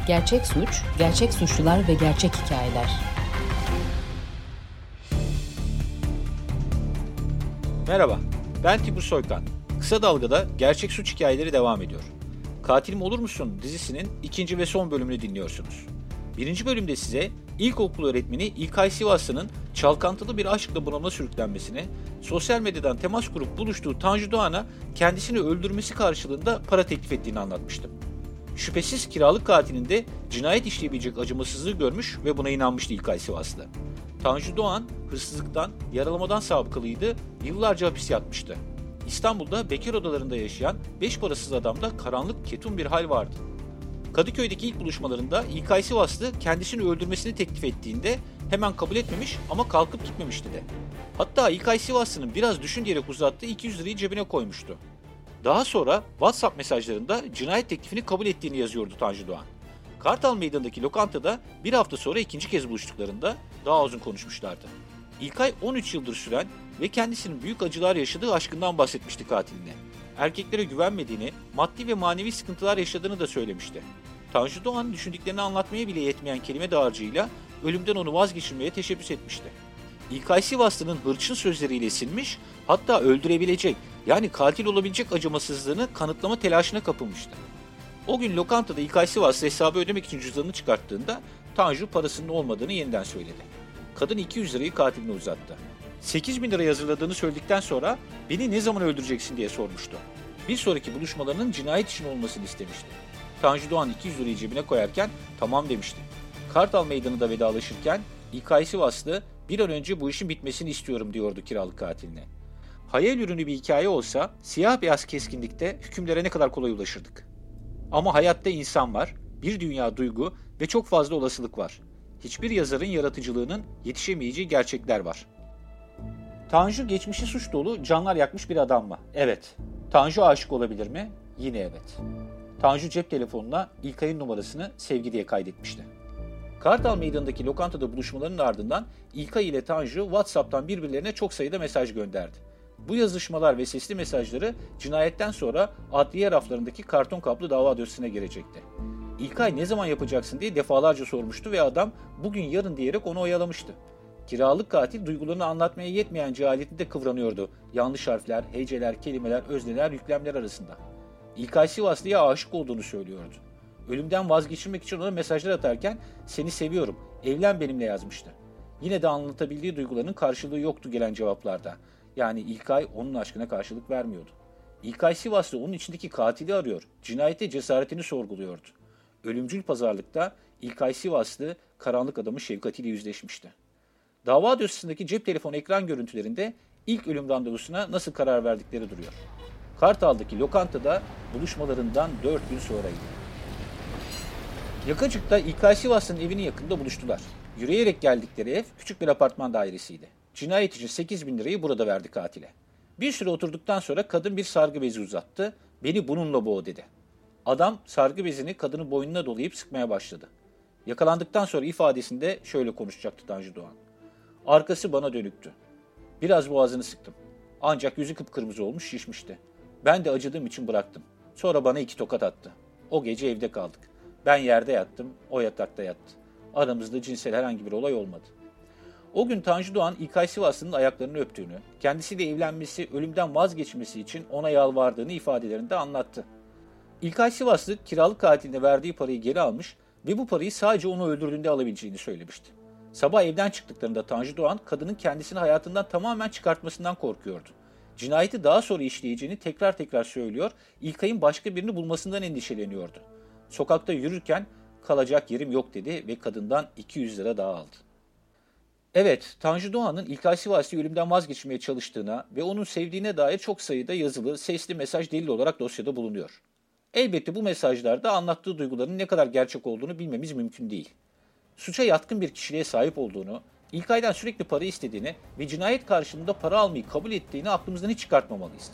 Gerçek suç, gerçek suçlular ve gerçek hikayeler. Merhaba, ben Timur Soykan. Kısa Dalga'da gerçek suç hikayeleri devam ediyor. Katilim Olur Musun dizisinin ikinci ve son bölümünü dinliyorsunuz. Birinci bölümde size ilkokul öğretmeni İlkay Sivaslı'nın çalkantılı bir aşkla bunalıma sürüklenmesini, sosyal medyadan temas kurup buluştuğu Tanju Doğan'a kendisini öldürmesi karşılığında para teklif ettiğini anlatmıştım. Şüphesiz kiralık katilin de cinayet işleyebilecek acımasızlığı görmüş ve buna inanmıştı İlkay Sivaslı. Tanju Doğan hırsızlıktan, yaralamadan sabıkalıydı, yıllarca hapis yatmıştı. İstanbul'da bekar odalarında yaşayan 5 parasız adamda karanlık, ketum bir hal vardı. Kadıköy'deki ilk buluşmalarında İlkay Sivaslı kendisini öldürmesini teklif ettiğinde hemen kabul etmemiş ama kalkıp gitmemişti de. Hatta İlkay Sivaslı'nın biraz düşün diyerek uzattığı 200 lirayı cebine koymuştu. Daha sonra WhatsApp mesajlarında cinayet teklifini kabul ettiğini yazıyordu Tanju Doğan. Kartal Meydanı'ndaki lokantada bir hafta sonra ikinci kez buluştuklarında daha uzun konuşmuşlardı. İlkay 13 yıldır süren ve kendisinin büyük acılar yaşadığı aşkından bahsetmişti katiline. Erkeklere güvenmediğini, maddi ve manevi sıkıntılar yaşadığını da söylemişti. Tanju Doğan düşündüklerini anlatmaya bile yetmeyen kelime dağarcığıyla ölümden onu vazgeçirmeye teşebbüs etmişti. İlkay Sivaslı'nın hırçın sözleriyle sinmiş, hatta öldürebilecek, yani katil olabilecek acımasızlığını kanıtlama telaşına kapılmıştı. O gün lokantada İlkay Sivaslı hesabı ödemek için cüzdanını çıkarttığında Tanju parasının olmadığını yeniden söyledi. Kadın 200 lirayı katiline uzattı. 8 bin liraya hazırladığını söyledikten sonra beni ne zaman öldüreceksin diye sormuştu. Bir sonraki buluşmalarının cinayet için olmasını istemişti. Tanju Doğan 200 lirayı cebine koyarken tamam demişti. Kartal Meydanı'nda vedalaşırken İlkay Sivaslı bir an önce bu işin bitmesini istiyorum diyordu kiralık katiline. Hayal ürünü bir hikaye olsa siyah beyaz keskinlikte hükümlere ne kadar kolay ulaşırdık. Ama hayatta insan var, bir dünya duygu ve çok fazla olasılık var. Hiçbir yazarın yaratıcılığının yetişemeyeceği gerçekler var. Tanju geçmişi suç dolu, canlar yakmış bir adam mı? Evet. Tanju aşık olabilir mi? Yine evet. Tanju cep telefonuna İlkay'ın numarasını sevgi diye kaydetmişti. Kartal Meydanı'ndaki lokantada buluşmalarının ardından İlkay ile Tanju WhatsApp'tan birbirlerine çok sayıda mesaj gönderdi. Bu yazışmalar ve sesli mesajları cinayetten sonra adliye raflarındaki karton kaplı dava dosyasına girecekti. İlkay ne zaman yapacaksın diye defalarca sormuştu ve adam bugün yarın diyerek onu oyalamıştı. Kiralık katil duygularını anlatmaya yetmeyen cehaletinde kıvranıyordu. Yanlış harfler, heceler, kelimeler, özneler, yüklemler arasında. İlkay Sivaslı'ya aşık olduğunu söylüyordu. Ölümden vazgeçirmek için ona mesajlar atarken seni seviyorum, evlen benimle yazmıştı. Yine de anlatabildiği duygularının karşılığı yoktu gelen cevaplarda. Yani İlkay onun aşkına karşılık vermiyordu. İlkay Sivaslı onun içindeki katili arıyor, cinayete cesaretini sorguluyordu. Ölümcül pazarlıkta İlkay Sivaslı karanlık adamın şefkatiyle yüzleşmişti. Dava dosyasındaki cep telefonu ekran görüntülerinde ilk ölüm randevusuna nasıl karar verdikleri duruyor. Kartal'daki lokantada buluşmalarından 4 gün sonraydı. Yakacık'ta İlkay Sivaslı'nın evinin yakında buluştular. Yürüyerek geldikleri ev küçük bir apartman dairesiydi. Cinayet için 8 bin lirayı burada verdi katile. Bir süre oturduktan sonra kadın bir sargı bezi uzattı. Beni bununla boğ dedi. Adam sargı bezini kadının boynuna dolayıp sıkmaya başladı. Yakalandıktan sonra ifadesinde şöyle konuşacaktı Tanju Doğan. Arkası bana dönüktü. Biraz boğazını sıktım. Ancak yüzü kıpkırmızı olmuş şişmişti. Ben de acıdığım için bıraktım. Sonra bana 2 tokat attı. O gece evde kaldık. Ben yerde yattım, o yatakta yattı. Aramızda cinsel herhangi bir olay olmadı. O gün Tanju Doğan İlkay Sivaslı'nın ayaklarını öptüğünü, kendisiyle evlenmesi, ölümden vazgeçmesi için ona yalvardığını ifadelerinde anlattı. İlkay Sivaslı kiralık katiline verdiği parayı geri almış ve bu parayı sadece onu öldürdüğünde alabileceğini söylemişti. Sabah evden çıktıklarında Tanju Doğan kadının kendisini hayatından tamamen çıkartmasından korkuyordu. Cinayeti daha sonra işleyeceğini tekrar tekrar söylüyor, İlkay'ın başka birini bulmasından endişeleniyordu. Sokakta yürürken kalacak yerim yok dedi ve kadından 200 lira daha aldı. Evet, Tanju Doğan'ın İlkay Sivaslı'yı ölümden vazgeçirmeye çalıştığına ve onun sevdiğine dair çok sayıda yazılı, sesli mesaj delil olarak dosyada bulunuyor. Elbette bu mesajlarda anlattığı duyguların ne kadar gerçek olduğunu bilmemiz mümkün değil. Suça yatkın bir kişiliğe sahip olduğunu, İlkay'dan sürekli para istediğini ve cinayet karşılığında para almayı kabul ettiğini aklımızdan hiç çıkartmamalıyız.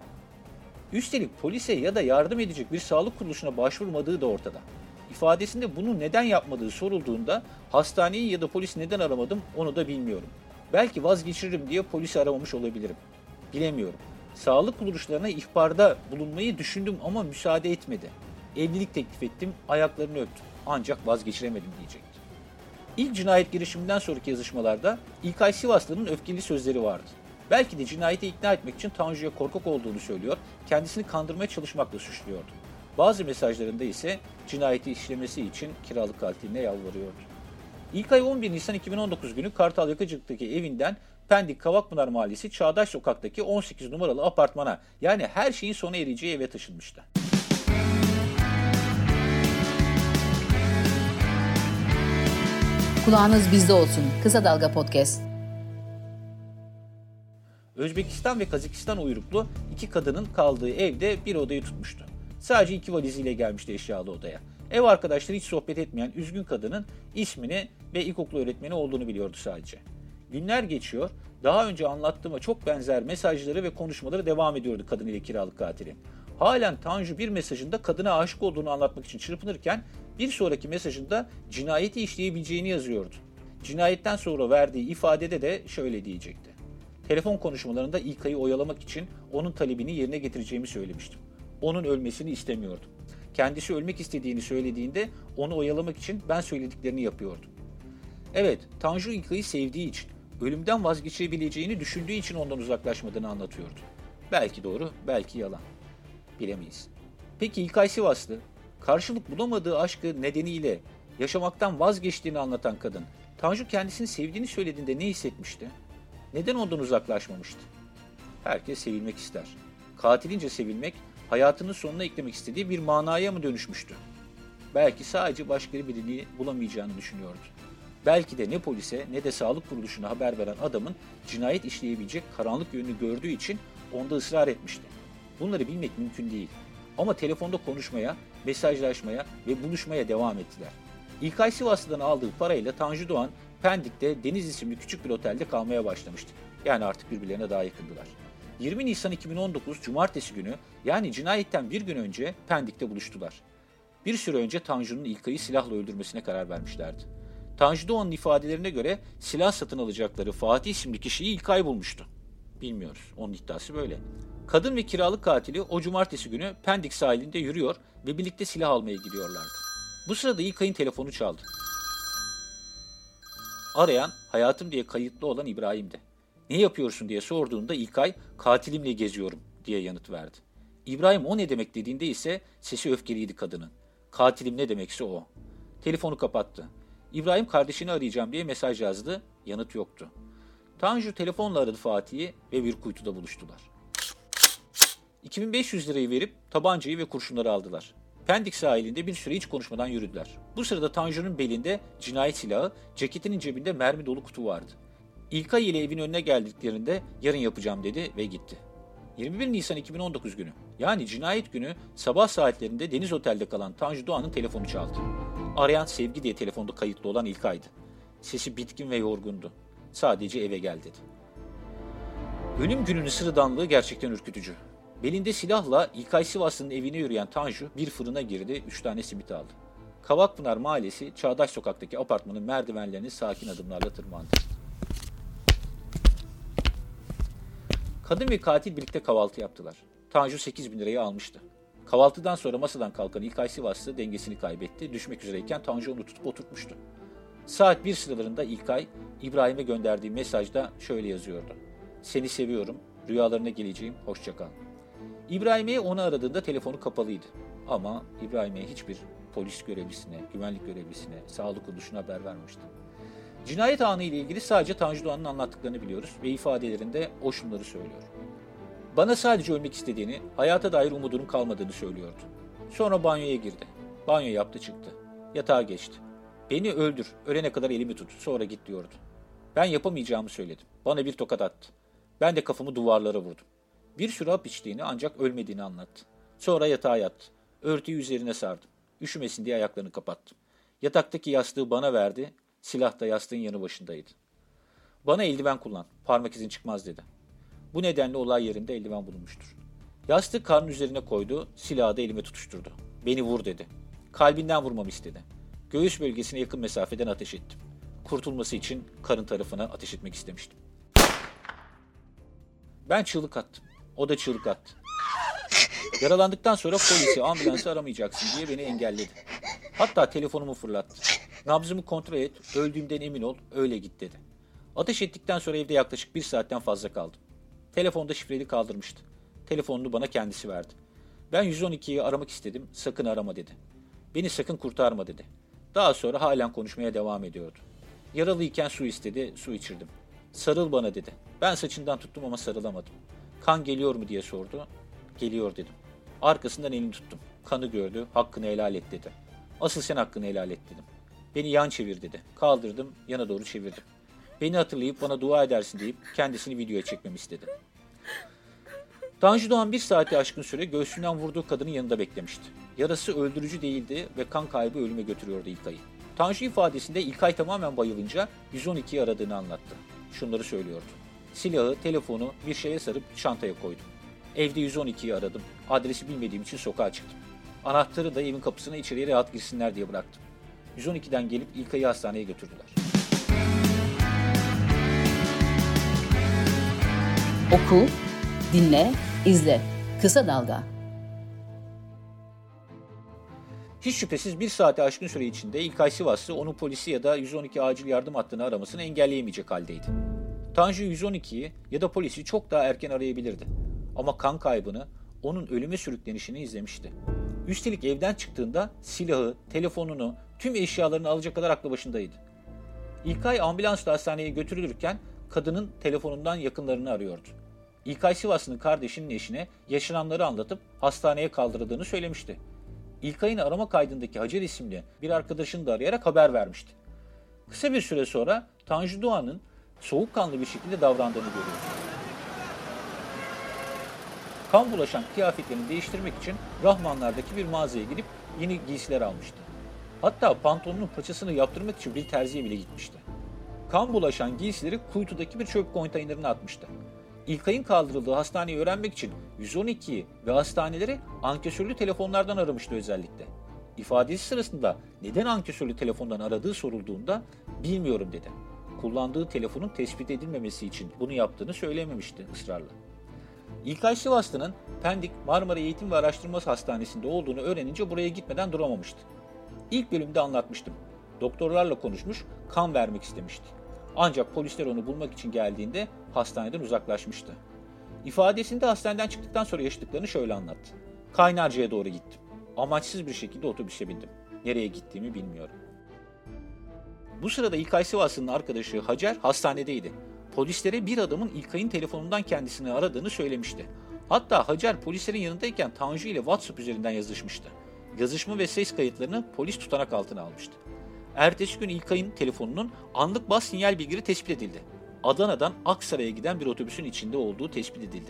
Üstelik polise ya da yardım edecek bir sağlık kuruluşuna başvurmadığı da ortada. İfadesinde bunu neden yapmadığı sorulduğunda hastaneyi ya da polisi neden aramadım onu da bilmiyorum. Belki vazgeçiririm diye polisi aramamış olabilirim. Bilemiyorum. Sağlık kuruluşlarına ihbarda bulunmayı düşündüm ama müsaade etmedi. Evlilik teklif ettim, ayaklarını öptüm. ancak vazgeçiremedim diyecekti. İlk cinayet girişiminden sonraki yazışmalarda İlkay Sivaslı'nın öfkeli sözleri vardı. Belki de cinayete ikna etmek için Tanju'ya korkak olduğunu söylüyor, kendisini kandırmaya çalışmakla suçluyordu. Bazı mesajlarında ise cinayeti işlemesi için kiralık katiline yalvarıyordu. İlkay 11 Nisan 2019 günü Kartal Yakacık'taki evinden Pendik Kavakpınar Mahallesi Çağdaş Sokak'taki 18 numaralı apartmana, yani her şeyin sona ereceği eve taşınmıştı. Kulağınız bizde olsun. Kısa Dalga Podcast. Özbekistan ve Kazakistan uyruklu iki kadının kaldığı evde bir odayı tutmuştu. Sadece 2 valiziyle gelmişti eşyalı odaya. Ev arkadaşları hiç sohbet etmeyen üzgün kadının ismini ve ilkokul öğretmeni olduğunu biliyordu sadece. Günler geçiyor, daha önce anlattığıma çok benzer mesajları ve konuşmaları devam ediyordu kadın ile kiralık katilin. Halen Tanju bir mesajında kadına aşık olduğunu anlatmak için çırpınırken bir sonraki mesajında cinayeti işleyebileceğini yazıyordu. Cinayetten sonra verdiği ifadede de şöyle diyecekti. Telefon konuşmalarında İlkay'ı oyalamak için onun talebini yerine getireceğimi söylemiştim. Onun ölmesini istemiyordum. Kendisi ölmek istediğini söylediğinde onu oyalamak için ben söylediklerini yapıyordum. Evet, Tanju İlkay'ı sevdiği için, ölümden vazgeçebileceğini düşündüğü için ondan uzaklaşmadığını anlatıyordu. Belki doğru, belki yalan. Bilemeyiz. Peki İlkay Sivaslı, karşılık bulamadığı aşkı nedeniyle yaşamaktan vazgeçtiğini anlatan kadın, Tanju kendisini sevdiğini söylediğinde ne hissetmişti? Neden ondan uzaklaşmamıştı? Herkes sevilmek ister. Katilince sevilmek, hayatının sonuna eklemek istediği bir manaya mı dönüşmüştü? Belki sadece başka birini bulamayacağını düşünüyordu. Belki de ne polise ne de sağlık kuruluşuna haber veren adamın cinayet işleyebilecek karanlık yönünü gördüğü için onda ısrar etmişti. Bunları bilmek mümkün değil. Ama telefonda konuşmaya, mesajlaşmaya ve buluşmaya devam ettiler. İlkay Sivaslı'dan aldığı parayla Tanju Doğan, Pendik'te Deniz isimli küçük bir otelde kalmaya başlamıştı. Yani artık birbirlerine daha yakındılar. 20 Nisan 2019 Cumartesi günü, yani cinayetten bir gün önce Pendik'te buluştular. Bir süre önce Tanju'nun İlkay'ı silahla öldürmesine karar vermişlerdi. Tanju Doğan'ın ifadelerine göre silah satın alacakları Fatih isimli kişiyi İlkay bulmuştu. Bilmiyoruz, onun iddiası böyle. Kadın ve kiralık katili o cumartesi günü Pendik sahilinde yürüyor ve birlikte silah almaya gidiyorlardı. Bu sırada İlkay'ın telefonu çaldı. Arayan hayatım diye kayıtlı olan İbrahim'di. Ne yapıyorsun diye sorduğunda İlkay katilimle geziyorum diye yanıt verdi. İbrahim o ne demek dediğinde ise sesi öfkeliydi kadının. Katilim ne demekse o. Telefonu kapattı. İbrahim kardeşini arayacağım diye mesaj yazdı. Yanıt yoktu. Tanju telefonla aradı Fatih'i ve bir kuytuda buluştular. 2500 lirayı verip tabancayı ve kurşunları aldılar. Pendik sahilinde bir süre hiç konuşmadan yürüdüler. Bu sırada Tanju'nun belinde cinayet silahı, ceketinin cebinde mermi dolu kutu vardı. İlkay ile evin önüne geldiklerinde yarın yapacağım dedi ve gitti. 21 Nisan 2019 günü, yani cinayet günü sabah saatlerinde Deniz Otel'de kalan Tanju Doğan'ın telefonu çaldı. Arayan Sevgi diye telefonda kayıtlı olan İlkay'dı. Sesi bitkin ve yorgundu. Sadece eve gel dedi. Ölüm gününün sıradanlığı gerçekten ürkütücü. Belinde silahla İlkay Sivaslı'nın evine yürüyen Tanju bir fırına girdi, 3 tane simit aldı. Kavakpınar Mahallesi Çağdaş Sokak'taki apartmanın merdivenlerini sakin adımlarla tırmandı. Kadın ve katil birlikte kahvaltı yaptılar. Tanju 8.000 lirayı almıştı. Kahvaltıdan sonra masadan kalkan İlkay Sivaslı dengesini kaybetti. Düşmek üzereyken Tanju onu tutup oturtmuştu. Saat 1 sıralarında İlkay, İbrahim'e gönderdiği mesajda şöyle yazıyordu. Seni seviyorum, rüyalarına geleceğim, hoşça kal. İbrahim'e onu aradığında telefonu kapalıydı. Ama İbrahim'e hiçbir polis görevlisine, güvenlik görevlisine, sağlık kuruluşuna haber vermişti. Cinayet anı ile ilgili sadece Tanju Doğan'ın anlattıklarını biliyoruz ve ifadelerinde o şunları söylüyor. Bana sadece ölmek istediğini, hayata dair umudunun kalmadığını söylüyordu. Sonra banyoya girdi. Banyo yaptı çıktı. Yatağa geçti. Beni öldür, ölene kadar elimi tut, sonra git diyordu. Ben yapamayacağımı söyledim. Bana bir tokat attı. Ben de kafamı duvarlara vurdum. Bir süre hap içtiğini ancak ölmediğini anlattı. Sonra yatağa yattı. Örtüyü üzerine sardım. Üşümesin diye ayaklarını kapattım. Yataktaki yastığı bana verdi. Silah da yastığın yanı başındaydı. Bana eldiven kullan, parmak izin çıkmaz dedi. Bu nedenle olay yerinde eldiven bulunmuştur. Yastığı karnın üzerine koydu, silahı da elime tutuşturdu. Beni vur dedi. Kalbinden vurmamı istedi. Göğüs bölgesine yakın mesafeden ateş ettim. Kurtulması için karın tarafına ateş etmek istemiştim. Ben çığlık attım. O da çığlık attı. Yaralandıktan sonra polisi, ambulansı aramayacaksın diye beni engelledi. Hatta telefonumu fırlattı. Nabzımı kontrol et, öldüğümden emin ol, öyle git dedi. Ateş ettikten sonra evde yaklaşık 1 saatten fazla kaldım. Telefonda şifreli kaldırmıştı. Telefonunu bana kendisi verdi. Ben 112'yi aramak istedim, sakın arama dedi. Beni sakın kurtarma dedi. Daha sonra halen konuşmaya devam ediyordu. Yaralıyken su istedi, su içirdim. Sarıl bana dedi. Ben saçından tuttum ama sarılamadım. Kan geliyor mu diye sordu. Geliyor dedim. Arkasından elini tuttum. Kanı gördü, hakkını helal et dedi. Asıl sen hakkını helal et dedim. Beni yan çevir dedi. Kaldırdım, yana doğru çevirdim. Beni hatırlayıp bana dua edersin deyip kendisini videoya çekmemi istedi. Tanju Doğan 1 saati aşkın süre göğsünden vurduğu kadının yanında beklemişti. Yarası öldürücü değildi ve kan kaybı ölüme götürüyordu İlkay'ı. Tanju ifadesinde İlkay tamamen bayılınca 112'yi aradığını anlattı. Şunları söylüyordu. Silahı, telefonu bir şeye sarıp çantaya koydum. Evde 112'yi aradım. Adresi bilmediğim için sokağa çıktım. Anahtarı da evin kapısına içeriye rahat girsinler diye bıraktım. 112'den gelip İlkay'ı hastaneye götürdüler. Oku, dinle, izle. Kısa Dalga. Hiç şüphesiz 1 saate aşkın süre içinde İlkay Sivaslı onun polisi ya da 112 acil yardım hattını aramasını engelleyemeyecek haldeydi. Tanju 112'yi ya da polisi çok daha erken arayabilirdi. Ama kan kaybını, onun ölüme sürüklenişini izlemişti. Üstelik evden çıktığında silahı, telefonunu, tüm eşyalarını alacak kadar aklı başındaydı. İlkay ambulansla hastaneye götürülürken kadının telefonundan yakınlarını arıyordu. İlkay Sivaslı'nın kardeşinin eşine yaşananları anlatıp hastaneye kaldırıldığını söylemişti. İlkay'ın arama kaydındaki Hacer isimli bir arkadaşını da arayarak haber vermişti. Kısa bir süre sonra Tanju Doğan'ın soğukkanlı bir şekilde davrandığını görüyordu. Kan bulaşan kıyafetlerini değiştirmek için Rahmanlar'daki bir mağazaya gidip yeni giysiler almıştı. Hatta pantolonun paçasını yaptırmak için bir terziye bile gitmişti. Kan bulaşan giysileri kuytudaki bir çöp konteynerine atmıştı. İlkay'ın kaldırıldığı hastaneyi öğrenmek için 112'yi ve hastaneleri ankesörlü telefonlardan aramıştı özellikle. İfadesi sırasında neden ankesörlü telefondan aradığı sorulduğunda bilmiyorum dedi. Kullandığı telefonun tespit edilmemesi için bunu yaptığını söylememişti ısrarla. İlkay Sivaslı'nın Pendik Marmara Eğitim ve Araştırma Hastanesi'nde olduğunu öğrenince buraya gitmeden duramamıştı. İlk bölümde anlatmıştım. Doktorlarla konuşmuş, kan vermek istemişti. Ancak polisler onu bulmak için geldiğinde hastaneden uzaklaşmıştı. İfadesinde hastaneden çıktıktan sonra yaşadıklarını şöyle anlattı. Kaynarca'ya doğru gittim. Amaçsız bir şekilde otobüse bindim. Nereye gittiğimi bilmiyorum. Bu sırada İlkay Sivaslı'nın arkadaşı Hacer hastanedeydi. Polislere bir adamın İlkay'ın telefonundan kendisini aradığını söylemişti. Hatta Hacer polislerin yanındayken Tanju ile WhatsApp üzerinden yazışmıştı. Yazışma ve ses kayıtlarını polis tutanak altına almıştı. Ertesi gün İlkay'ın telefonunun anlık bas sinyal bilgileri tespit edildi. Adana'dan Aksaray'a giden bir otobüsün içinde olduğu tespit edildi.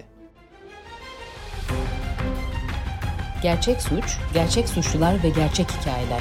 Gerçek suç, gerçek suçlular ve gerçek hikayeler.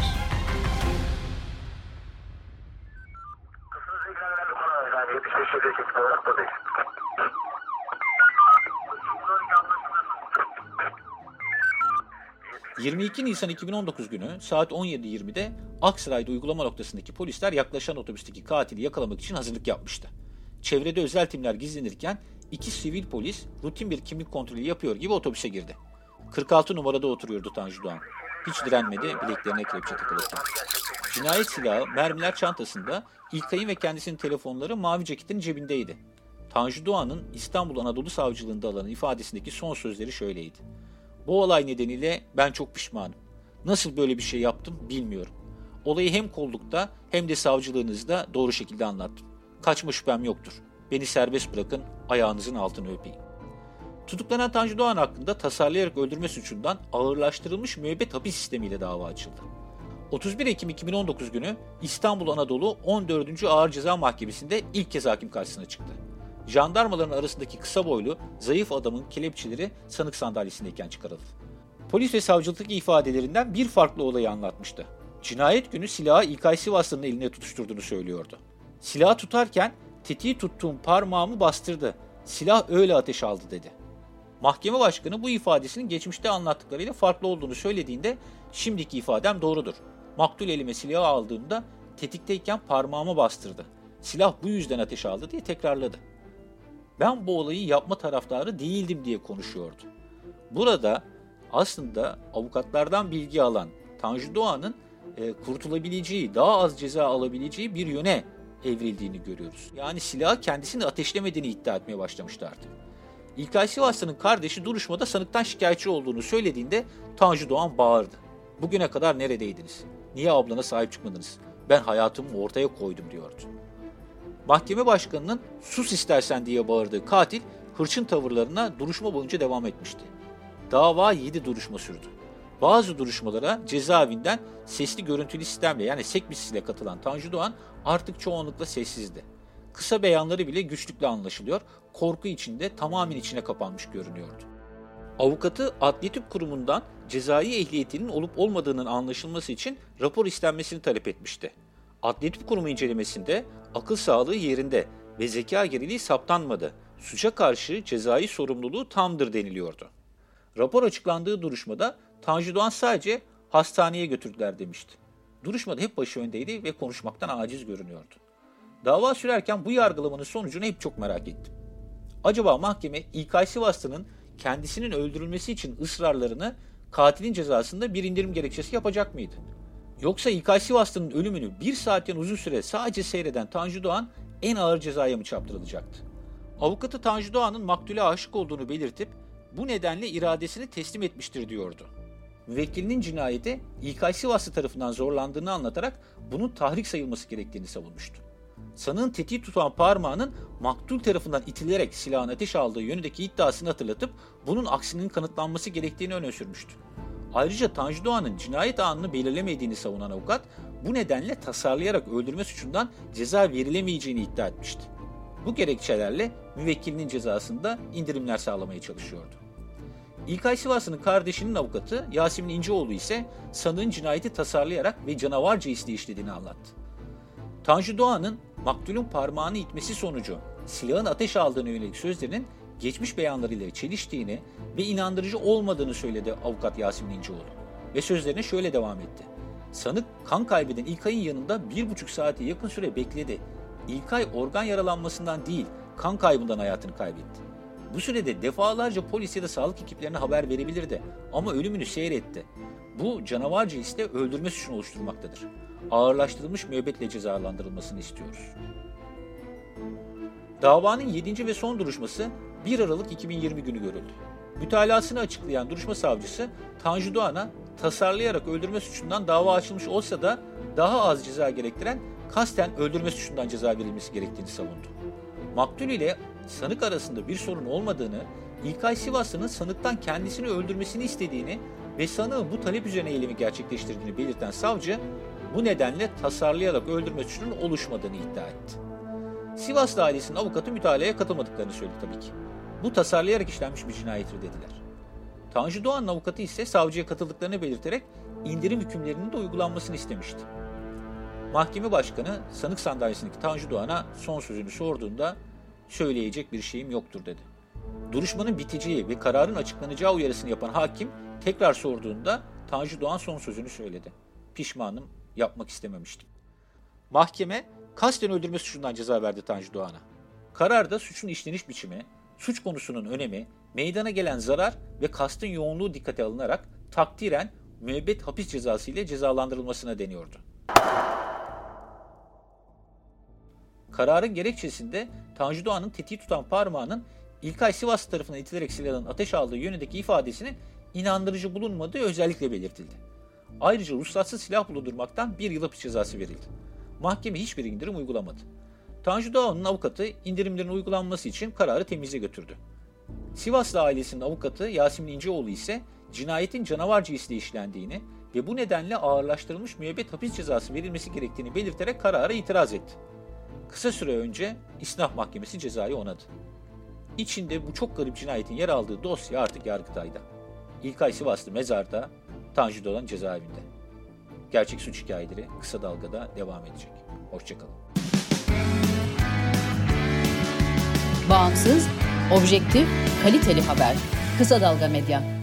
22 Nisan 2019 günü saat 17.20'de Aksaray'da uygulama noktasındaki polisler yaklaşan otobüsteki katili yakalamak için hazırlık yapmıştı. Çevrede özel timler gizlenirken 2 sivil polis rutin bir kimlik kontrolü yapıyor gibi otobüse girdi. 46 numarada oturuyordu Tanju Doğan. Hiç direnmedi, bileklerine kelepçe takılırken. Cinayet silahı, mermiler çantasında, İlkay'ın ve kendisinin telefonları mavi ceketin cebindeydi. Tanju Doğan'ın İstanbul Anadolu Savcılığında alan ifadesindeki son sözleri şöyleydi. Bu olay nedeniyle ben çok pişmanım. Nasıl böyle bir şey yaptım bilmiyorum. Olayı hem kollukta hem de savcılığınızda doğru şekilde anlattım. Kaçma şüphem yoktur. Beni serbest bırakın, ayağınızın altını öpeyim. Tutuklanan Tanju Doğan hakkında tasarlayarak öldürme suçundan ağırlaştırılmış müebbet hapis sistemiyle dava açıldı. 31 Ekim 2019 günü İstanbul Anadolu 14. Ağır Ceza Mahkemesi'nde ilk kez hakim karşısına çıktı. Jandarmaların arasındaki kısa boylu, zayıf adamın kelepçeleri sanık sandalyesindeyken çıkarıldı. Polis ve savcılıktaki ifadelerinden bir farklı olayı anlatmıştı. Cinayet günü silahı İlkay Sivaslı'nın eline tutuşturduğunu söylüyordu. Silahı tutarken tetiği tuttuğum parmağımı bastırdı. Silah öyle ateş aldı dedi. Mahkeme başkanı bu ifadesinin geçmişte anlattıklarıyla farklı olduğunu söylediğinde şimdiki ifadem doğrudur. Maktul elime silahı aldığımda tetikteyken parmağıma bastırdı. Silah bu yüzden ateş aldı diye tekrarladı. Ben bu olayı yapma taraftarı değildim diye konuşuyordu. Burada aslında avukatlardan bilgi alan Tanju Doğan'ın kurtulabileceği, daha az ceza alabileceği bir yöne evrildiğini görüyoruz. Yani silahı kendisini ateşlemediğini iddia etmeye başlamıştı artık. İlkay Sivaslı'nın kardeşi duruşmada sanıktan şikayetçi olduğunu söylediğinde Tanju Doğan bağırdı. "Bugüne kadar neredeydiniz? Niye ablana sahip çıkmadınız? Ben hayatımı ortaya koydum," diyordu. Mahkeme başkanının "sus istersen" diye bağırdığı katil hırçın tavırlarına duruşma boyunca devam etmişti. Dava 7 duruşma sürdü. Bazı duruşmalara cezaevinden sesli görüntülü sistemle yani sekbis ile katılan Tanju Doğan artık çoğunlukla sessizdi. Kısa beyanları bile güçlükle anlaşılıyor, korku içinde tamamen içine kapanmış görünüyordu. Avukatı Adli Tıp Kurumu'ndan cezai ehliyetinin olup olmadığının anlaşılması için rapor istenmesini talep etmişti. Adli Tıp Kurumu incelemesinde akıl sağlığı yerinde ve zeka geriliği saptanmadı. Suça karşı cezai sorumluluğu tamdır deniliyordu. Rapor açıklandığı duruşmada Tanju Doğan sadece "hastaneye götürdüler" demişti. Duruşmada hep başı öndeydi ve konuşmaktan aciz görünüyordu. Dava sürerken bu yargılamanın sonucunu hep çok merak ettim. Acaba mahkeme İlkay Sivaslı'nın kendisinin öldürülmesi için ısrarlarını katilin cezasında bir indirim gerekçesi yapacak mıydı? Yoksa İlkay Sivaslı'nın ölümünü 1 saatten uzun süre sadece seyreden Tanju Doğan en ağır cezaya mı çarptırılacaktı? Avukatı Tanju Doğan'ın maktule aşık olduğunu belirtip bu nedenle iradesini teslim etmiştir diyordu. Müvekkilinin cinayete İlkay Sivaslı tarafından zorlandığını anlatarak bunun tahrik sayılması gerektiğini savunmuştu. Sanığın tetiği tutan parmağının maktul tarafından itilerek silahın ateş aldığı yönündeki iddiasını hatırlatıp bunun aksinin kanıtlanması gerektiğini öne sürmüştü. Ayrıca Tanju Doğan'ın cinayet anını belirlemediğini savunan avukat bu nedenle tasarlayarak öldürme suçundan ceza verilemeyeceğini iddia etmişti. Bu gerekçelerle müvekkilinin cezasında indirimler sağlamaya çalışıyordu. İlkay Sivaslı'nın kardeşinin avukatı Yasemin İnceoğlu ise sanığın cinayeti tasarlayarak ve canavarca işlediğini anlattı. Tanju Doğan'ın maktulün parmağını itmesi sonucu silahın ateş aldığına yönelik sözlerinin geçmiş beyanlarıyla çeliştiğini ve inandırıcı olmadığını söyledi avukat Yasemin İnceoğlu. Ve sözlerine şöyle devam etti. Sanık kan kaybeden İlkay'ın yanında 1,5 saate yakın süre bekledi. İlkay organ yaralanmasından değil, kan kaybından hayatını kaybetti. Bu sürede defalarca polis ya da sağlık ekiplerine haber verebilirdi ama ölümünü seyretti. Bu canavarca hisle öldürme suçunu oluşturmaktadır. Ağırlaştırılmış müebbetle cezalandırılmasını istiyoruz. Davanın 7. ve son duruşması 1 Aralık 2020 günü görüldü. Mütalasını açıklayan duruşma savcısı Tanju Doğan'a tasarlayarak öldürme suçundan dava açılmış olsa da daha az ceza gerektiren kasten öldürme suçundan ceza verilmesi gerektiğini savundu. Maktul ile sanık arasında bir sorun olmadığını, İlkay Sivaslı'nın sanıktan kendisini öldürmesini istediğini ve sanığın bu talep üzerine eylemi gerçekleştirdiğini belirten savcı, bu nedenle tasarlayarak öldürme suçunun oluşmadığını iddia etti. Sivaslı ailesinin avukatı mütalalaya katılmadıklarını söyledi tabii ki. Bu tasarlayarak işlenmiş bir cinayettir dediler. Tanju Doğan'ın avukatı ise savcıya katıldıklarını belirterek indirim hükümlerinin de uygulanmasını istemişti. Mahkeme başkanı sanık sandalyesindeki Tanju Doğan'a son sözünü sorduğunda söyleyecek bir şeyim yoktur dedi. Duruşmanın biteceği ve kararın açıklanacağı uyarısını yapan hakim tekrar sorduğunda Tanju Doğan son sözünü söyledi. Pişmanım, yapmak istememiştim. Mahkeme kasten öldürme suçundan ceza verdi Tanju Doğan'a. Kararda suçun işleniş biçimi, suç konusunun önemi, meydana gelen zarar ve kastın yoğunluğu dikkate alınarak takdiren müebbet hapis cezası ile cezalandırılmasına deniyordu. Kararın gerekçesinde Tanju Doğan'ın tetiği tutan parmağının İlkay Sivaslı tarafından itilerek silahın ateş aldığı yönündeki ifadesinin inandırıcı bulunmadığı özellikle belirtildi. Ayrıca ruhsatsız silah bulundurmaktan 1 yıl hapis cezası verildi. Mahkeme hiçbir indirim uygulamadı. Tanju Doğan'ın avukatı indirimlerin uygulanması için kararı temize götürdü. Sivaslı ailesinin avukatı Yasemin İnceoğlu ise cinayetin canavarca hisle işlendiğini ve bu nedenle ağırlaştırılmış müebbet hapis cezası verilmesi gerektiğini belirterek karara itiraz etti. Kısa süre önce İstinaf Mahkemesi cezayı onadı. İçinde bu çok garip cinayetin yer aldığı dosya artık Yargıtay'da. İlkay Sivaslı mezarda, Tanju Doğan cezaevinde. Gerçek suç hikayeleri Kısa Dalga'da devam edecek. Hoşçakalın. Bağımsız, objektif, kaliteli haber. Kısa Dalga Medya.